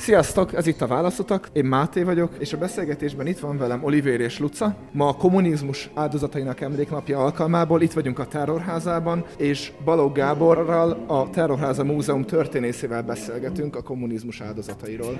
Sziasztok, ez itt a Válaszutak, én Máté vagyok, és a beszélgetésben itt van velem Olivér és Luca. Ma a kommunizmus áldozatainak emléknapja alkalmából itt vagyunk a Terrorházában, és Balogh Gáborral, a Terrorháza Múzeum történészével beszélgetünk a kommunizmus áldozatairól.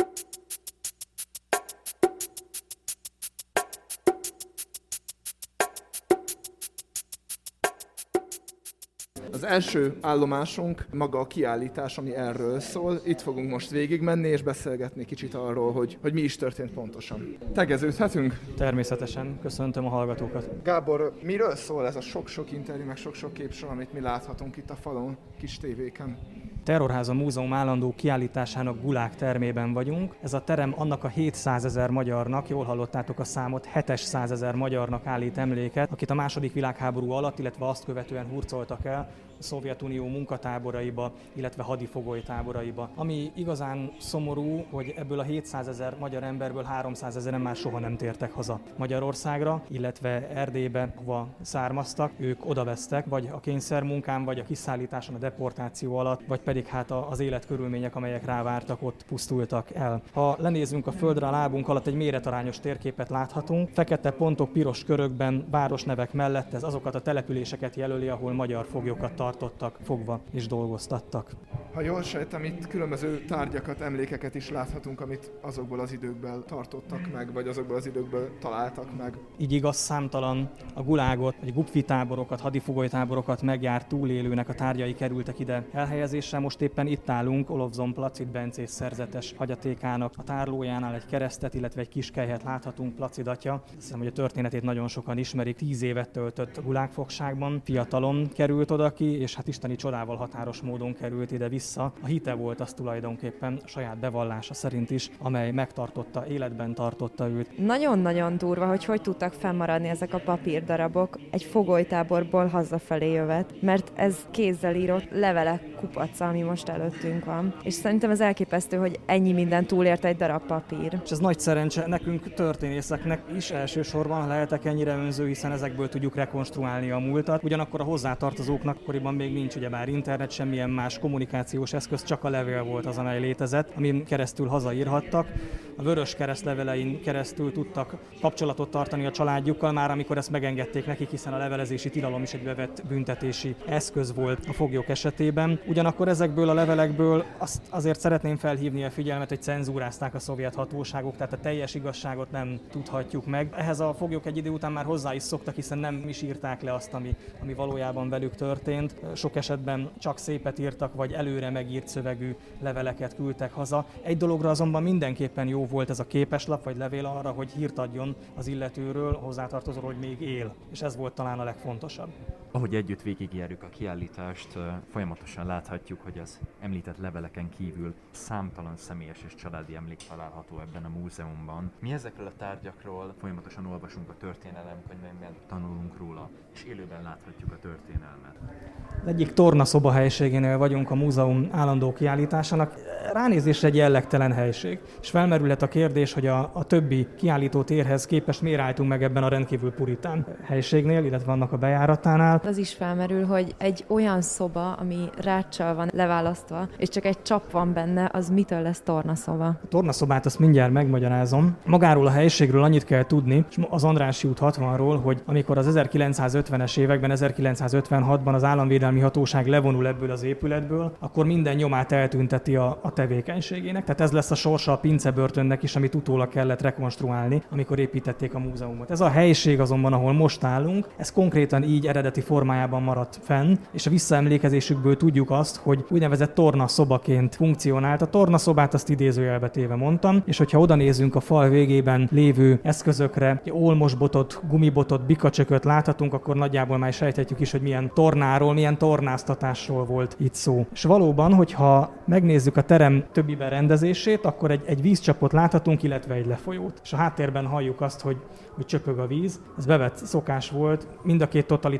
Az első állomásunk maga a kiállítás, ami erről szól. Itt fogunk most végigmenni és beszélgetni kicsit arról, hogy mi is történt pontosan. Tegeződhetünk? Természetesen. Köszöntöm a hallgatókat. Gábor, miről szól ez a sok-sok interjú, meg sok-sok képsor, amit mi láthatunk itt a falon, kis tévéken? Terrorháza Múzeum állandó kiállításának Gulág termében vagyunk. Ez a terem annak a 700 000 magyarnak, jól hallottátok a számot, 700 000 magyarnak állít emléket, akit a II. Világháború alatt, illetve azt követően hurcoltak el a Szovjetunió munkatáboraiba, illetve hadifogolytáboraiba. Ami igazán szomorú, hogy ebből a 700 000 magyar emberből 300 000 már soha nem tértek haza Magyarországra, illetve Erdélybe, hova származtak. Ők odavesztek, vagy a kényszermunkán, vagy a kiszállításon, a deportáció alatt, vagy pedig hát az életkörülmények, amelyek rávártak, ott pusztultak el. Ha lenézünk a földre, a lábunk alatt egy méretarányos térképet láthatunk. Fekete pontok piros körökben, városnevek mellett ez azokat a településeket jelöli, ahol magyar foglyokat tartottak fogva és dolgoztattak. Ha jól sejtem, itt különböző tárgyakat, emlékeket is láthatunk, amit azokból az időkből tartottak meg, vagy azokból az időkből találtak meg. Így igaz, számtalan a gulágot, vagy gupfi táborokat, hadifogolytáborokat megjárt túlélőnek a tárgyai kerültek ide elhelyezésre. Most éppen itt állunk Olofzon Placid Bencés szerzetes hagyatékának a tárlójánál egy keresztet, illetve egy kis kelyhet láthatunk, Placid atya. Azt hiszem, hogy a történetét nagyon sokan ismerik. 10 évet töltött a gulágfogságban, fiatalon került oda ki, és hát isteni csodával határos módon került ide vissza. A hite volt az tulajdonképpen a saját bevallása szerint is, amely megtartotta, életben tartotta őt. Nagyon-nagyon durva, hogy tudtak fennmaradni ezek a papírdarabok egy fogolytáborból hazafelé jövet, mert ez kézzel írott levelek kupaca, ami most előttünk van. És szerintem ez elképesztő, hogy ennyi minden túlért egy darab papír. És ez nagy szerencse nekünk történészeknek is elsősorban lehetek ennyire önző, hiszen ezekből tudjuk rekonstruálni a múltat. Ugyanakkor a hozzátartozóknak akkoriban még nincs ugyebár internet, semmilyen más kommunikációs eszköz, csak a levél volt az, amely létezett, amin keresztül hazaírhattak. A Vöröskereszt levelein keresztül tudtak kapcsolatot tartani a családjukkal, már amikor ezt megengedték nekik, hiszen a levelezési tilalom is egy bevett büntetési eszköz volt a foglyok esetében. Ugyanakkor ezekből a levelekből azt azért szeretném felhívni a figyelmet, hogy cenzúrázták a szovjet hatóságok, tehát a teljes igazságot nem tudhatjuk meg. Ehhez a foglyok egy idő után már hozzá is szoktak, hiszen nem is írták le azt, ami valójában velük történt. Sok esetben csak szépet írtak, vagy előre megírt szövegű leveleket küldtek haza. Egy dologra azonban mindenképpen jó volt ez a képeslap vagy levél arra, hogy hírt adjon az illetőről, hozzátartozóról, hogy még él. És ez volt talán a legfontosabb. Ahogy együtt végigjárjuk a kiállítást, folyamatosan láthatjuk, hogy az említett leveleken kívül számtalan személyes és családi emlék található ebben a múzeumban. Mi ezekről a tárgyakról folyamatosan olvasunk a történelemkönyvekben, tanulunk róla, és élőben láthatjuk a történelmet. Az egyik tornaszoba helységénél vagyunk a múzeum állandó kiállításának. Ránézésre egy jellegtelen helység. És felmerülhet a kérdés, hogy a többi kiállító térhez képest miért álltunk meg ebben a rendkívül puritán helységnél, illetve annak a bejáratánál. Az is felmerül, hogy egy olyan szoba, ami ráccsal van leválasztva, és csak egy csap van benne, az mitől lesz tornaszoba? A tornaszobát azt mindjárt megmagyarázom. Magáról a helységről annyit kell tudni, az Andrássy út 60-ról, hogy amikor az 1950-es években, 1956-ban az Államvédelmi Hatóság levonul ebből az épületből, akkor minden nyomát eltünteti a tevékenységének. Tehát ez lesz a sorsa a pincebörtönnek is, amit utólag kellett rekonstruálni, amikor építették a múzeumot. Ez a helység azonban, ahol most állunk, ez konkrétan így eredeti formájában maradt fenn, és a visszaemlékezésükből tudjuk azt, hogy úgynevezett tornaszobaként funkcionált. A tornaszobát azt idézőjelbe téve mondtam, és hogyha oda nézünk a fal végében lévő eszközökre, olmosbotot, gumibotot, bikacsököt láthatunk, akkor nagyjából már sejthetjük is, hogy milyen tornáról, milyen tornáztatásról volt itt szó. És valóban, hogyha megnézzük a terem többi berendezését, akkor egy vízcsapot láthatunk, illetve egy lefolyót. És a háttérben halljuk azt, hogy csöpög a víz. Ez bevett szokás volt mind a két totalitárius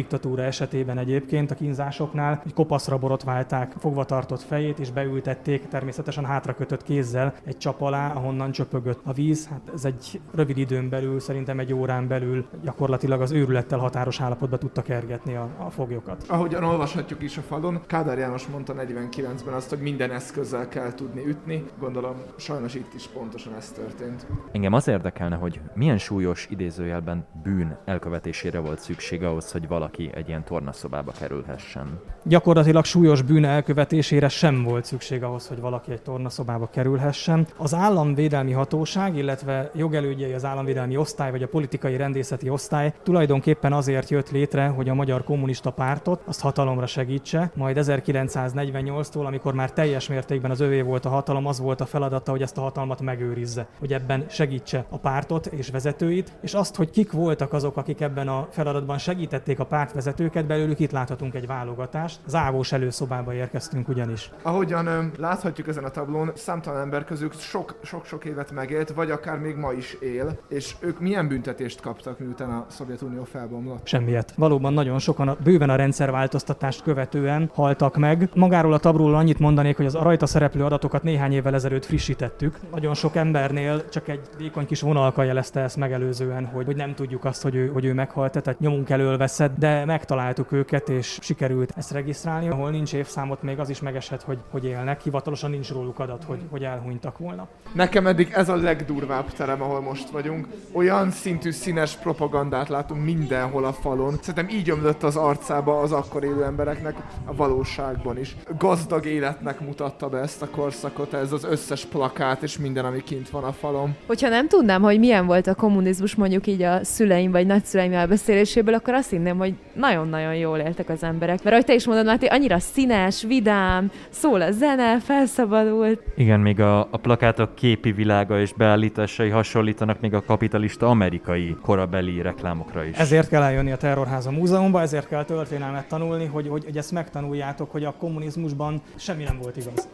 diktatúra esetében egyébként a kínzásoknál, hogy kopaszra borotválták fogvatartott fejét, és beültették természetesen hátrakötött kézzel egy csap alá, ahonnan csöpögött a víz. Hát ez egy rövid időn belül, szerintem egy órán belül gyakorlatilag az őrülettel határos állapotba tudta kergetni a foglyokat. Ahogyan olvashatjuk is a falon, Kádár János mondta 49-ben azt, hogy minden eszközzel kell tudni ütni. Gondolom, sajnos itt is pontosan ez történt. Engem az érdekelne, hogy milyen súlyos idézőjelben bűn elkövetésére volt szükség ahhoz, hogy valaki egy ilyen tornaszobába kerülhessen. Gyakorlatilag súlyos bűn elkövetésére sem volt szükség ahhoz, hogy valaki egy tornaszobába kerülhessen. Az államvédelmi hatóság, illetve jogelődjei az államvédelmi osztály vagy a politikai rendészeti osztály tulajdonképpen azért jött létre, hogy a Magyar Kommunista Pártot azt hatalomra segítse, majd 1948-tól, amikor már teljes mértékben az övé volt a hatalom, az volt a feladata, hogy ezt a hatalmat megőrizze, hogy ebben segítse a pártot és vezetőit, és azt, hogy kik voltak azok, akik ebben a feladatban segítették a pártvezetőket, belőlük itt láthatunk egy válogatást. Az ávós előszobába érkeztünk ugyanis. Ahogyan láthatjuk ezen a tablón, számtalan ember közük sok-sok évet megélt, vagy akár még ma is él, és ők milyen büntetést kaptak, miután a Szovjetunió felbomlott? Semmiet. Valóban nagyon sokan bőven a rendszerváltoztatást követően haltak meg. Magáról a tabról annyit mondanék, hogy az rajta szereplő adatokat néhány évvel ezelőtt frissítettük. Nagyon sok embernél csak egy vékony kis vonalka jelezte ezt megelőzően, hogy nem tudjuk azt, hogy ő meghalt, tehát nyomunk elől veszett, de megtaláltuk őket, és sikerült ezt regisztrálni. Ahol nincs évszámot, még az is megeshet, hogy élnek. Hivatalosan nincs róluk adat, hogy elhunytak volna. Nekem eddig ez a legdurvább terem, ahol most vagyunk. Olyan szintű színes propagandát látunk mindenhol a falon. Szerintem így ömlött az arcába az akkor élő embereknek a valóságban is. Gazdag életnek mutatta be ezt a korszakot, ez az összes plakát és minden, ami kint van a falon. Hogyha nem tudnám, hogy milyen volt a kommunizmus mondjuk így a szüleim vagy nagyszüleim elbeszéléséből, akkor azt hinném, hogy nagyon-nagyon jól éltek az emberek. Mert ahogy te is mondod, Máté, annyira színes, vidám, szól a zene, felszabadult. Igen, még a plakátok képi világa és beállításai hasonlítanak még a kapitalista amerikai korabeli reklámokra is. Ezért kell eljönni a Terrorháza Múzeumba, ezért kell történelmet tanulni, hogy ezt megtanuljátok, hogy a kommunizmusban semmi nem volt igaz.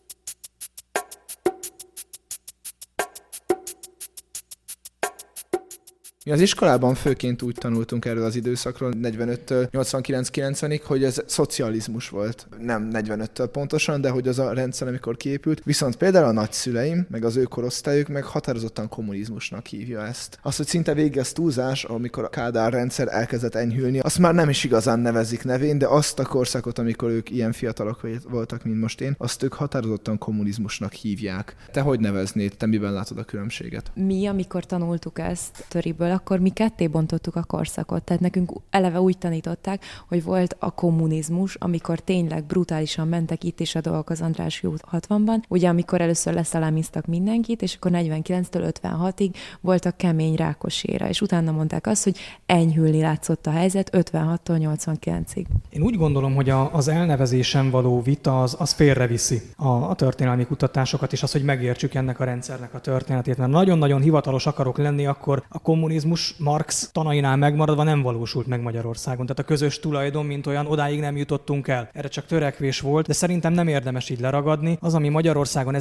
Mi az iskolában főként úgy tanultunk erről az időszakról, 45-től 89-90-ig, hogy ez szocializmus volt. Nem 45-től pontosan, de hogy az a rendszer, amikor kiépült. Viszont például a nagyszüleim, meg az ő korosztályuk meg határozottan kommunizmusnak hívja ezt. Az, hogy szinte végez túlzás, amikor a Kádár rendszer elkezdett enyhülni, azt már nem is igazán nevezik nevén, de azt a korszakot, amikor ők ilyen fiatalok voltak, mint most én, azt ők határozottan kommunizmusnak hívják. Te hogy neveznéd? Te miben látod a különbséget? Mi, amikor tanultuk ezt töriből, akkor mi ketté bontottuk a korszakot. Tehát nekünk eleve úgy tanították, hogy volt a kommunizmus, amikor tényleg brutálisan mentek itt is a dolgok az Andrássy út 60-ban, ugye amikor először leszalámiztak mindenkit, és akkor 49-től 56-ig voltak kemény Rákoséra, és utána mondták azt, hogy enyhülni látszott a helyzet 56-tól 89-ig. Én úgy gondolom, hogy az elnevezésen való vita az félreviszi a történelmi kutatásokat, és az, hogy megértsük ennek a rendszernek a történetét. Mert nagyon-nagyon hivatalos akarok lenni, akkor a kommunizmus Marx tanainál megmaradva nem valósult meg Magyarországon. Tehát a közös tulajdon, mint olyan, odáig nem jutottunk el. Erre csak törekvés volt, de szerintem nem érdemes így leragadni. Az, ami Magyarországon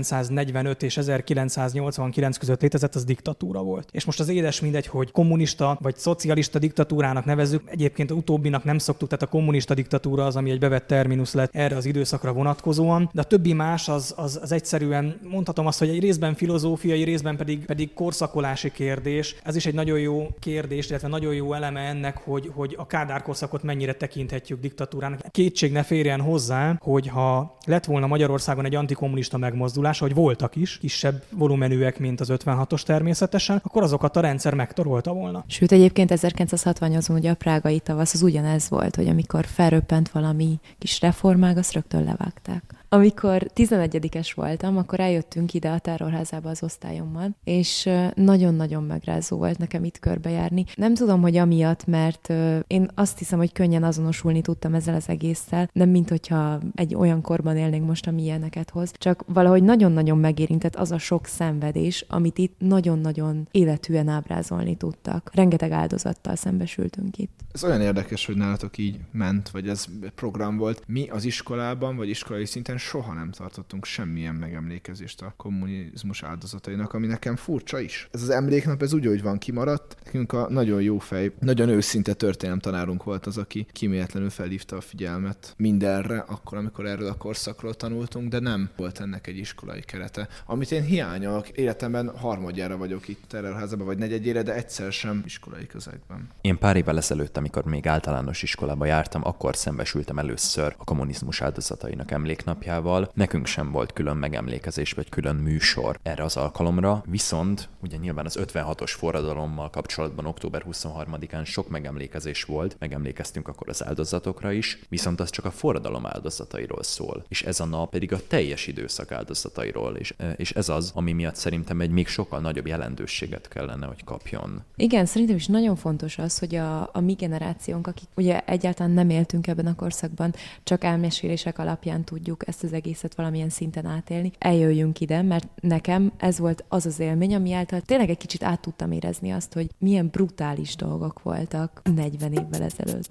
1945 és 1989 között létezett, az diktatúra volt. És most az édes mindegy, hogy kommunista vagy szocialista diktatúrának nevezzük. Egyébként utóbbinak nem szoktuk, tehát a kommunista diktatúra az, ami egy bevett terminus lett erre az időszakra vonatkozóan, de a többi más az egyszerűen mondhatom azt, hogy egy részben filozófiai, részben pedig korszakolási kérdés. Ez is egy nagyon jó kérdés, illetve nagyon jó eleme ennek, hogy a Kádár korszakot mennyire tekinthetjük diktatúrának. Kétség ne férjen hozzá, hogy ha lett volna Magyarországon egy antikommunista megmozdulás, hogy voltak is, kisebb volumenűek, mint az 56-os természetesen, akkor azokat a rendszer megtorolta volna. Sőt, egyébként 1968-ban ugye a prágai tavasz az ugyanez volt, hogy amikor felröppent valami kis reformág, azt rögtön levágták. Amikor 11-es voltam, akkor eljöttünk ide a Terrorházába az osztályommal, és nagyon-nagyon megrázó volt nekem itt körbejárni. Nem tudom, hogy amiatt, mert én azt hiszem, hogy könnyen azonosulni tudtam ezzel az egésszel, nem mint hogyha egy olyan korban élnénk most, ami ilyeneket hoz, csak valahogy nagyon-nagyon megérintett az a sok szenvedés, amit itt nagyon-nagyon életűen ábrázolni tudtak. Rengeteg áldozattal szembesültünk itt. Ez olyan érdekes, hogy nálatok így ment, vagy ez program volt. Mi az iskolában, vagy iskolai szinten egyszerűen soha nem tartottunk semmilyen megemlékezést a kommunizmus áldozatainak, ami nekem furcsa is. Ez az emléknap, ez úgy van kimaradt. Nekünk a nagyon jó fej, nagyon őszinte történelemtanárunk volt az, aki kíméletlenül felhívta a figyelmet mindenre, akkor, amikor erről a korszakról tanultunk, de nem volt ennek egy iskolai kerete. Amit én hiányolok, életemben harmadjára vagyok itt terrorházában, vagy negyedjére, de egyszer sem iskolai közegben. Én pár évvel ezelőtt, amikor még általános iskolába jártam, akkor szembesültem először a kommunizmus áldozatainak emléknapjával. Nekünk sem volt külön megemlékezés vagy külön műsor erre az alkalomra, viszont ugye nyilván az 56-os forradalommal kapcsolatban október 23-án sok megemlékezés volt, megemlékeztünk akkor az áldozatokra is, viszont az csak a forradalom áldozatairól szól, és ez a nap pedig a teljes időszak áldozatairól, és ez az, ami miatt szerintem egy még sokkal nagyobb jelentőséget kellene, hogy kapjon. Igen, szerintem is nagyon fontos az, hogy a mi generációnk, akik ugye egyáltalán nem éltünk ebben a korszakban, csak elmesélések alapján tudjuk ezt az egészet valamilyen szinten átélni, eljöjjünk ide, mert nekem ez volt az az élmény, ami által tényleg egy kicsit át tudtam érezni azt, hogy milyen brutális dolgok voltak 40 évvel ezelőtt.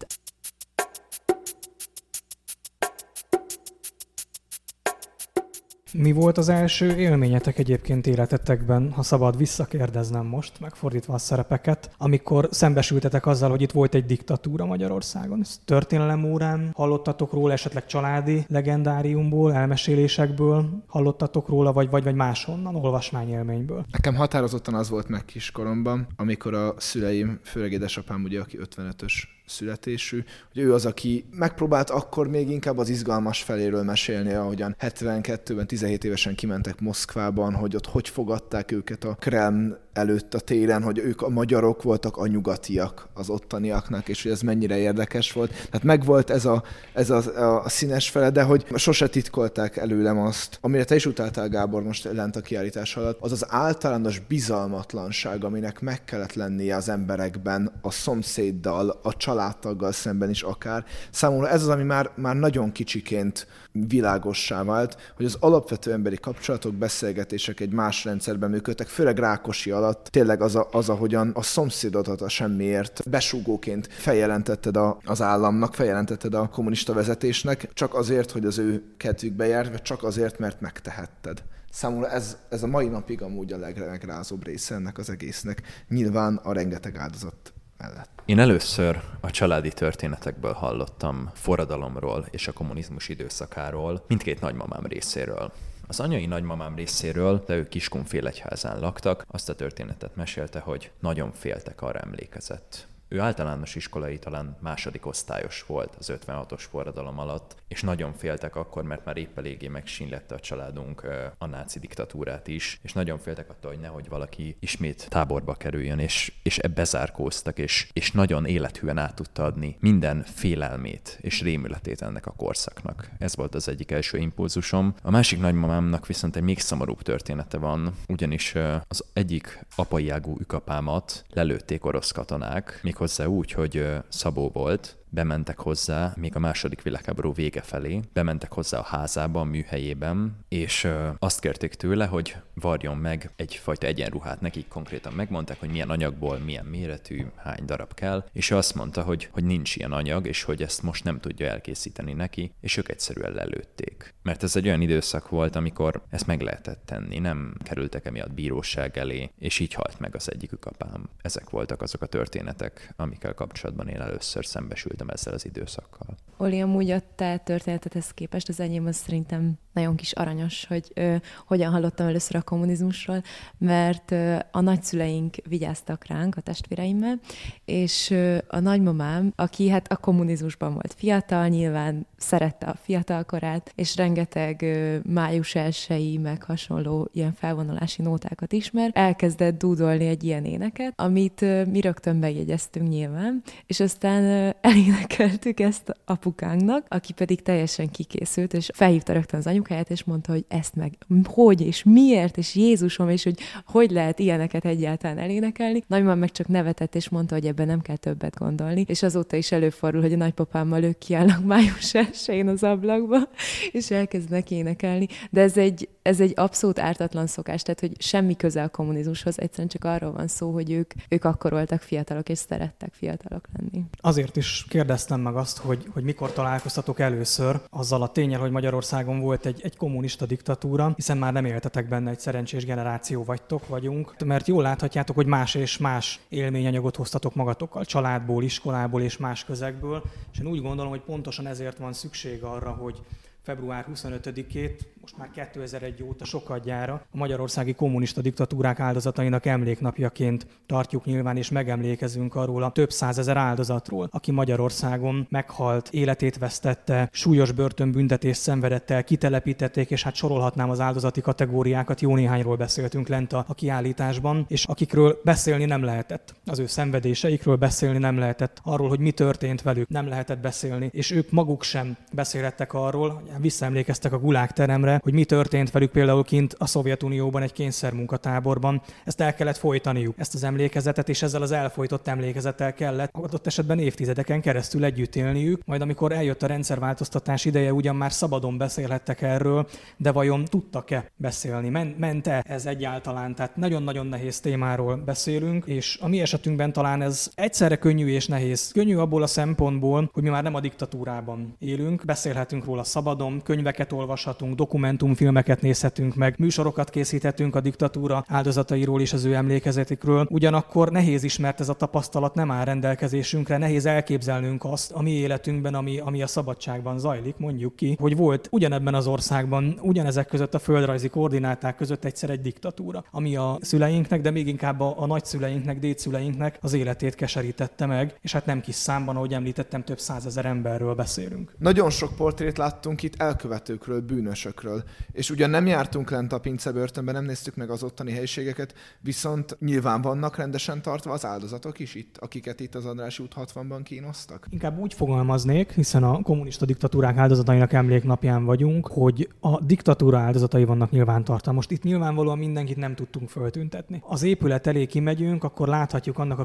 Mi volt az első élményetek egyébként életetekben, ha szabad visszakérdeznem most, megfordítva a szerepeket, amikor szembesültetek azzal, hogy itt volt egy diktatúra Magyarországon? Ezt történelemórán hallottatok róla, esetleg családi legendáriumból, elmesélésekből hallottatok róla, vagy máshonnan, olvasmányélményből? Nekem határozottan az volt meg kiskoromban, amikor a szüleim, főleg édesapám, ugye, aki 55-ös születésű, hogy ő az, aki megpróbált akkor még inkább az izgalmas feléről mesélni, ahogyan 72-ben 17 évesen kimentek Moszkvában, hogy ott hogy fogadták őket a Kreml előtt a téren, hogy ők a magyarok voltak a nyugatiak az ottaniaknak, és hogy ez mennyire érdekes volt. Tehát megvolt ez a színes fele, de hogy sose titkolták előlem azt, amire te is utáltál, Gábor, most lent a kiállítás alatt, az az általános bizalmatlanság, aminek meg kellett lennie az emberekben, a szomszéddal, a családtaggal szemben is akár. Számomra ez az, ami már nagyon kicsiként világossá vált, hogy az alapvető emberi kapcsolatok, beszélgetések egy más rendszerben működtek, főleg Rákosi alatt tényleg az ahogyan a szomszédodat a semmiért besúgóként feljelentetted az államnak, feljelentetted a kommunista vezetésnek, csak azért, hogy az ő kedvükbe jár, vagy csak azért, mert megtehetted. Számomra ez a mai napig amúgy a legrázóbb része ennek az egésznek. Nyilván a rengeteg áldozat mellett. Én először a családi történetekből hallottam forradalomról és a kommunizmus időszakáról, mindkét nagymamám részéről. Az anyai nagymamám részéről, de ők Kiskunfélegyházán laktak, azt a történetet mesélte, hogy nagyon féltek, arra emlékezett. Ő általános iskolai talán második osztályos volt az 56-os forradalom alatt, és nagyon féltek akkor, mert már épp eléggé megsínlette a családunk a náci diktatúrát is, és nagyon féltek attól, hogy nehogy valaki ismét táborba kerüljön, és bezárkóztak, és nagyon élethűen át tudta adni minden félelmét és rémületét ennek a korszaknak. Ez volt az egyik első impulzusom. A másik nagymamámnak viszont egy még szomorúbb története van, ugyanis az egyik apai ágú ükapámat lelőtték orosz katonák, méghozzá úgy, hogy Szabó volt, bementek hozzá, még a második világháború vége felé, bementek hozzá a házába, a műhelyében, és azt kérték tőle, hogy varjon meg egyfajta egyenruhát. Nekik konkrétan megmondták, hogy milyen anyagból, milyen méretű, hány darab kell, és ő azt mondta, hogy nincs ilyen anyag, és hogy ezt most nem tudja elkészíteni neki, és ők egyszerűen lelőtték. Mert ez egy olyan időszak volt, amikor ezt meg lehetett tenni, nem kerültek emiatt bíróság elé, és így halt meg az egyikük apám. Ezek voltak azok a történetek, amikkel kapcsolatban én először szembesültem ezzel az időszakkal. Oli, amúgy a te történetedhez képest az enyém az szerintem nagyon kis aranyos, hogy hogyan hallottam először a kommunizmusról, mert a nagyszüleink vigyáztak ránk, a testvéreimmel, és a nagymamám, aki hát a kommunizmusban volt fiatal, nyilván szerette a fiatalkorát, és rengeteg május 1-i, meg hasonló ilyen felvonulási nótákat ismer, elkezdett dúdolni egy ilyen éneket, amit mi rögtön megjegyeztünk nyilván, és aztán elénekeltük ezt apukánknak, aki pedig teljesen kikészült, és felhívta rögtön az anyukáját, és mondta, hogy ezt meg hogy, és miért, és Jézusom, és hogy lehet ilyeneket egyáltalán elénekelni. Nagymamám meg csak nevetett, és mondta, hogy ebben nem kell többet gondolni, és azóta is előfordul, hogy a nagypapámmal ők kiállnak május 1-én az ablakba, és elkezdenek énekelni. De ez egy abszolút ártatlan szokás, tehát hogy semmi köze a kommunizmushoz, egyszerűen csak arról van szó, hogy ők akkor voltak fiatalok, és szerettek fiatalok lenni. Azért is kérdeztem meg azt, hogy mikor találkoztatok először azzal a ténnyel, hogy Magyarországon volt egy egy kommunista diktatúra, hiszen már nem éltetek benne, egy szerencsés generáció vagyunk, mert jól láthatjátok, hogy más és más élményanyagot hoztatok magatokkal, családból, iskolából és más közegből, és én úgy gondolom, hogy pontosan ezért van szükség arra, hogy február 25-ét, most már 2001 óta sokadjára a magyarországi kommunista diktatúrák áldozatainak emléknapjaként tartjuk nyilván, és megemlékezünk arról a több százezer áldozatról, aki Magyarországon meghalt, életét vesztette, súlyos börtönbüntetést szenvedett el, kitelepítették, és hát sorolhatnám az áldozati kategóriákat, jó néhányról beszéltünk lent a kiállításban, és akikről beszélni nem lehetett. Az ő szenvedéseikről beszélni nem lehetett, arról, hogy mi történt velük, nem lehetett beszélni, és ők maguk sem beszélhettek arról, visszaemlékeztek a Gulág teremre, hogy mi történt velük például kint a Szovjetunióban egy kényszermunkatáborban. Ezt el kellett folytaniuk, ezt az emlékezetet, és ezzel az elfojtott emlékezettel kellett adott esetben évtizedeken keresztül együtt élniük, majd amikor eljött a rendszerváltoztatás ideje, ugyan már szabadon beszélhettek erről, de vajon tudtak-e beszélni? Ment-e ez egyáltalán? Tehát nagyon-nagyon nehéz témáról beszélünk, és a mi esetünkben talán ez egyszerre könnyű és nehéz. Könnyű abból a szempontból, hogy mi már nem a diktatúrában élünk, beszélhetünk róla szabadon, könyveket olvashatunk, dokumentumfilmeket nézhetünk meg, műsorokat készíthetünk a diktatúra áldozatairól és az ő emlékezetikről. Ugyanakkor nehéz is, mert ez a tapasztalat nem áll rendelkezésünkre, nehéz elképzelnünk azt a mi életünkben, ami a szabadságban zajlik, mondjuk ki, hogy volt ugyanebben az országban, ugyanezek között a földrajzi koordináták között egyszer egy diktatúra, ami a szüleinknek, de még inkább a nagyszüleinknek, dédszüleinknek az életét keserítette meg, és hát nem kis számban, ahogy említettem, több százezer emberről beszélünk. Nagyon sok portrét láttunk itt elkövetőkről, bűnösökről. És ugyan nem jártunk lent a pincebörtönben, nem néztük meg az ottani helyiségeket, viszont nyilván vannak rendesen tartva az áldozatok is itt, akiket itt az Andrássy út 60-ban kínoztak? Inkább úgy fogalmaznék, hiszen a kommunista diktatúrák áldozatainak emléknapján vagyunk, hogy a diktatúra áldozatai vannak nyilvántartva. Most itt nyilvánvalóan mindenkit nem tudtunk föltüntetni. Az épület elé kimegyünk, akkor láthatjuk annak a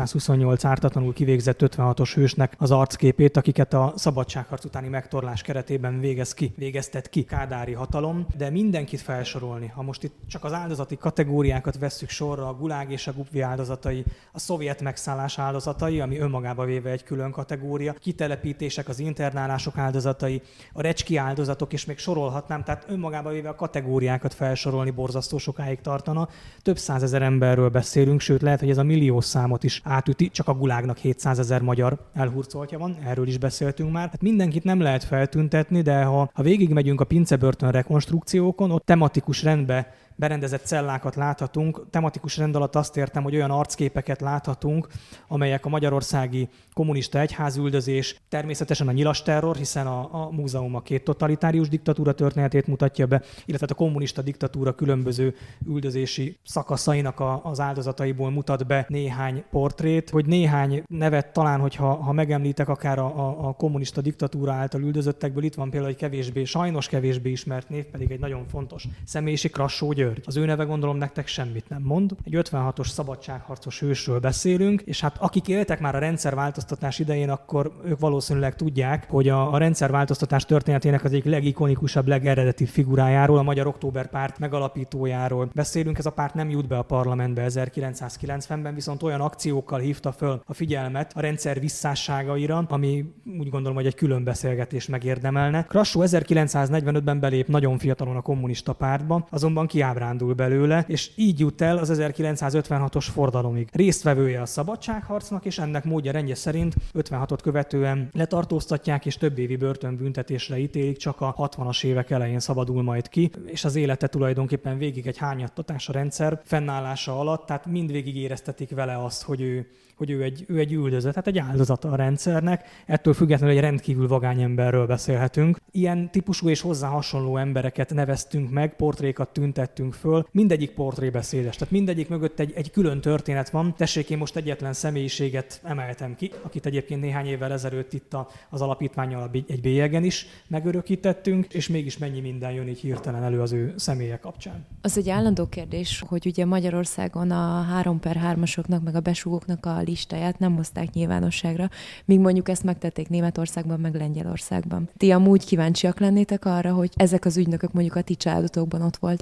228 ártatlanul kivégzett 56-os hősnek az arcképét, akiket a szabadságharc utáni megtorlás keretében végeztet ki kádári hatalom, de mindenkit felsorolni. Ha most itt csak az áldozati kategóriákat vesszük sorra, a Gulág és a Gupvi áldozatai, a szovjet megszállás áldozatai, ami önmagába véve egy külön kategória, kitelepítések, az internálások áldozatai, a recski áldozatok, és még sorolhatnám, tehát önmagába véve a kategóriákat felsorolni borzasztó sokáig tartana. Több százezer emberről beszélünk, sőt lehet, hogy ez a milliós számot is átüti, csak a Gulágnak 700 000 magyar elhurcoltja van, erről is beszéltünk már. Hát mindenkit nem lehet feltüntetni, de ha végigmegyünk a pincebörtön rekonstrukciókon, ott tematikus rendbe berendezett cellákat láthatunk. Tematikus rend alatt azt értem, hogy olyan arcképeket láthatunk, amelyek a magyarországi kommunista egyházüldözés, természetesen a nyilas terror, hiszen a múzeum a két totalitárius diktatúra történetét mutatja be, illetve a kommunista diktatúra különböző üldözési szakaszainak az áldozataiból mutat be néhány portrét, hogy néhány nevet talán, hogyha megemlítek akár a kommunista diktatúra által üldözöttekből, itt van például egy sajnos kevésbé ismert név, pedig egy nagyon fontos személyiség, Krassó György. Az ő neve gondolom nektek semmit nem mond. Egy 56-os szabadságharcos hősről beszélünk, és hát akik éltek már a rendszerváltoztatás idején, akkor ők valószínűleg tudják, hogy a rendszerváltoztatás történetének az egyik legikonikusabb, legeredetibb figurájáról, a Magyar Októberpárt megalapítójáról beszélünk. Ez a párt nem jut be a parlamentbe 1990-ben, viszont olyan akciókkal hívta föl a figyelmet a rendszer visszásságaira, ami úgy gondolom, hogy egy külön beszélgetés megérdemelne. Krassó 1945-ben belép nagyon fiatalon a kommunista pártba, azonban kiábrándul belőle, és így jut el az 1956-os fordalomig. Résztvevője a szabadságharcnak, és ennek módja rendje szerint 56-ot követően letartóztatják, és több évi börtönbüntetésre ítélik, csak a 60-as évek elején szabadul majd ki, és az élete tulajdonképpen végig egy hányattatás a rendszer fennállása alatt, tehát mindvégig éreztetik vele azt, hogy ő egy üldözött, tehát egy áldozata a rendszernek. Ettől függetlenül egy rendkívül vagány emberről beszélhetünk. Ilyen típusú és hozzá hasonló embereket neveztünk meg, portrékat tüntettünk föl. Mindegyik portré beszédes, tehát mindegyik mögött egy külön történet van. Tessék, én most egyetlen személyiséget emeltem ki, akit egyébként néhány évvel ezelőtt itt az alapítvánnyal egy bélyegen is megörökítettünk, és mégis mennyi minden jön így hirtelen elő az ő személye kapcsán. Az egy állandó kérdés, hogy ugye Magyarországon a 3/3-asoknak meg a besúgóknak a listáját nem hozták nyilvánosságra, míg mondjuk ezt megtették Németországban, meg Lengyelországban. Ti amúgy kíváncsiak lennétek arra, hogy ezek az ügynökök mondjuk a ti családotokban ott voltak-e?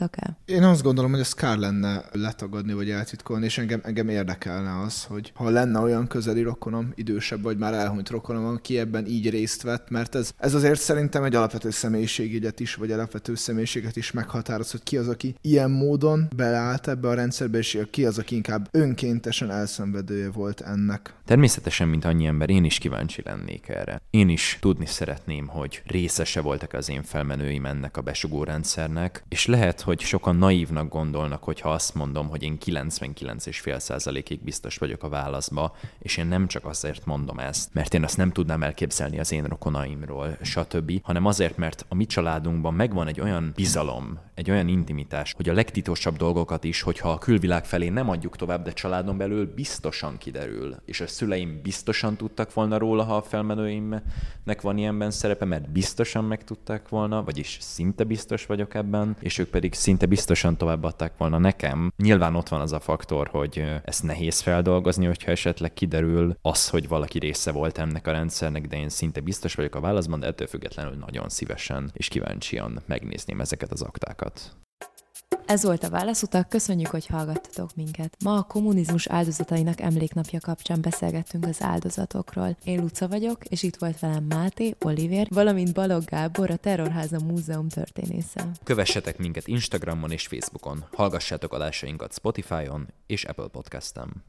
Én azt gondolom, hogy ezt kár lenne letagadni vagy eltitkolni, és engem érdekelne az, hogy ha lenne olyan közeli rokonom, idősebb vagy már elhunyt rokonom, aki ebben így részt vett, mert ez azért szerintem egy alapvető személyiségjegyet is, vagy alapvető személyiséget is meghatároz, hogy ki az, aki ilyen módon beleállt ebbe a rendszerbe, és ki az, aki inkább önkéntesen elszenvedője volt ennek. Természetesen, mint annyi ember, én is kíváncsi lennék erre. Én is tudni szeretném, hogy részese voltak az én felmenőim ennek a besugórendszernek, és lehet, hogy sokan naívnak gondolnak, hogyha azt mondom, hogy én 99,5%-ig biztos vagyok a válaszba, és én nem csak azért mondom ezt, mert én azt nem tudnám elképzelni az én rokonaimról, stb., hanem azért, mert a mi családunkban megvan egy olyan bizalom, egy olyan intimitás, hogy a legtitosabb dolgokat is, hogyha a külvilág felé nem adjuk tovább, de családon belül biztosan kiderül, és a szüleim biztosan tudtak volna róla, ha a felmenőimnek van ilyenben szerepe, mert biztosan megtudták volna, vagyis szinte biztos vagyok ebben, és ők pedig szinte biztosan továbbadták volna nekem. Nyilván ott van az a faktor, hogy ezt nehéz feldolgozni, hogyha esetleg kiderül az, hogy valaki része volt ennek a rendszernek, de én szinte biztos vagyok a válaszban, de ettől függetlenül nagyon szívesen és kíváncsian megnézném ezeket az aktákat. Ez volt a Válaszutak, köszönjük, hogy hallgattatok minket. Ma a kommunizmus áldozatainak emléknapja kapcsán beszélgettünk az áldozatokról. Én Luca vagyok, és itt volt velem Máté, Olivér, valamint Balogh Gábor, a Terrorháza Múzeum történésze. Kövessetek minket Instagramon és Facebookon, hallgassátok adásainkat Spotify-on és Apple Podcast-en.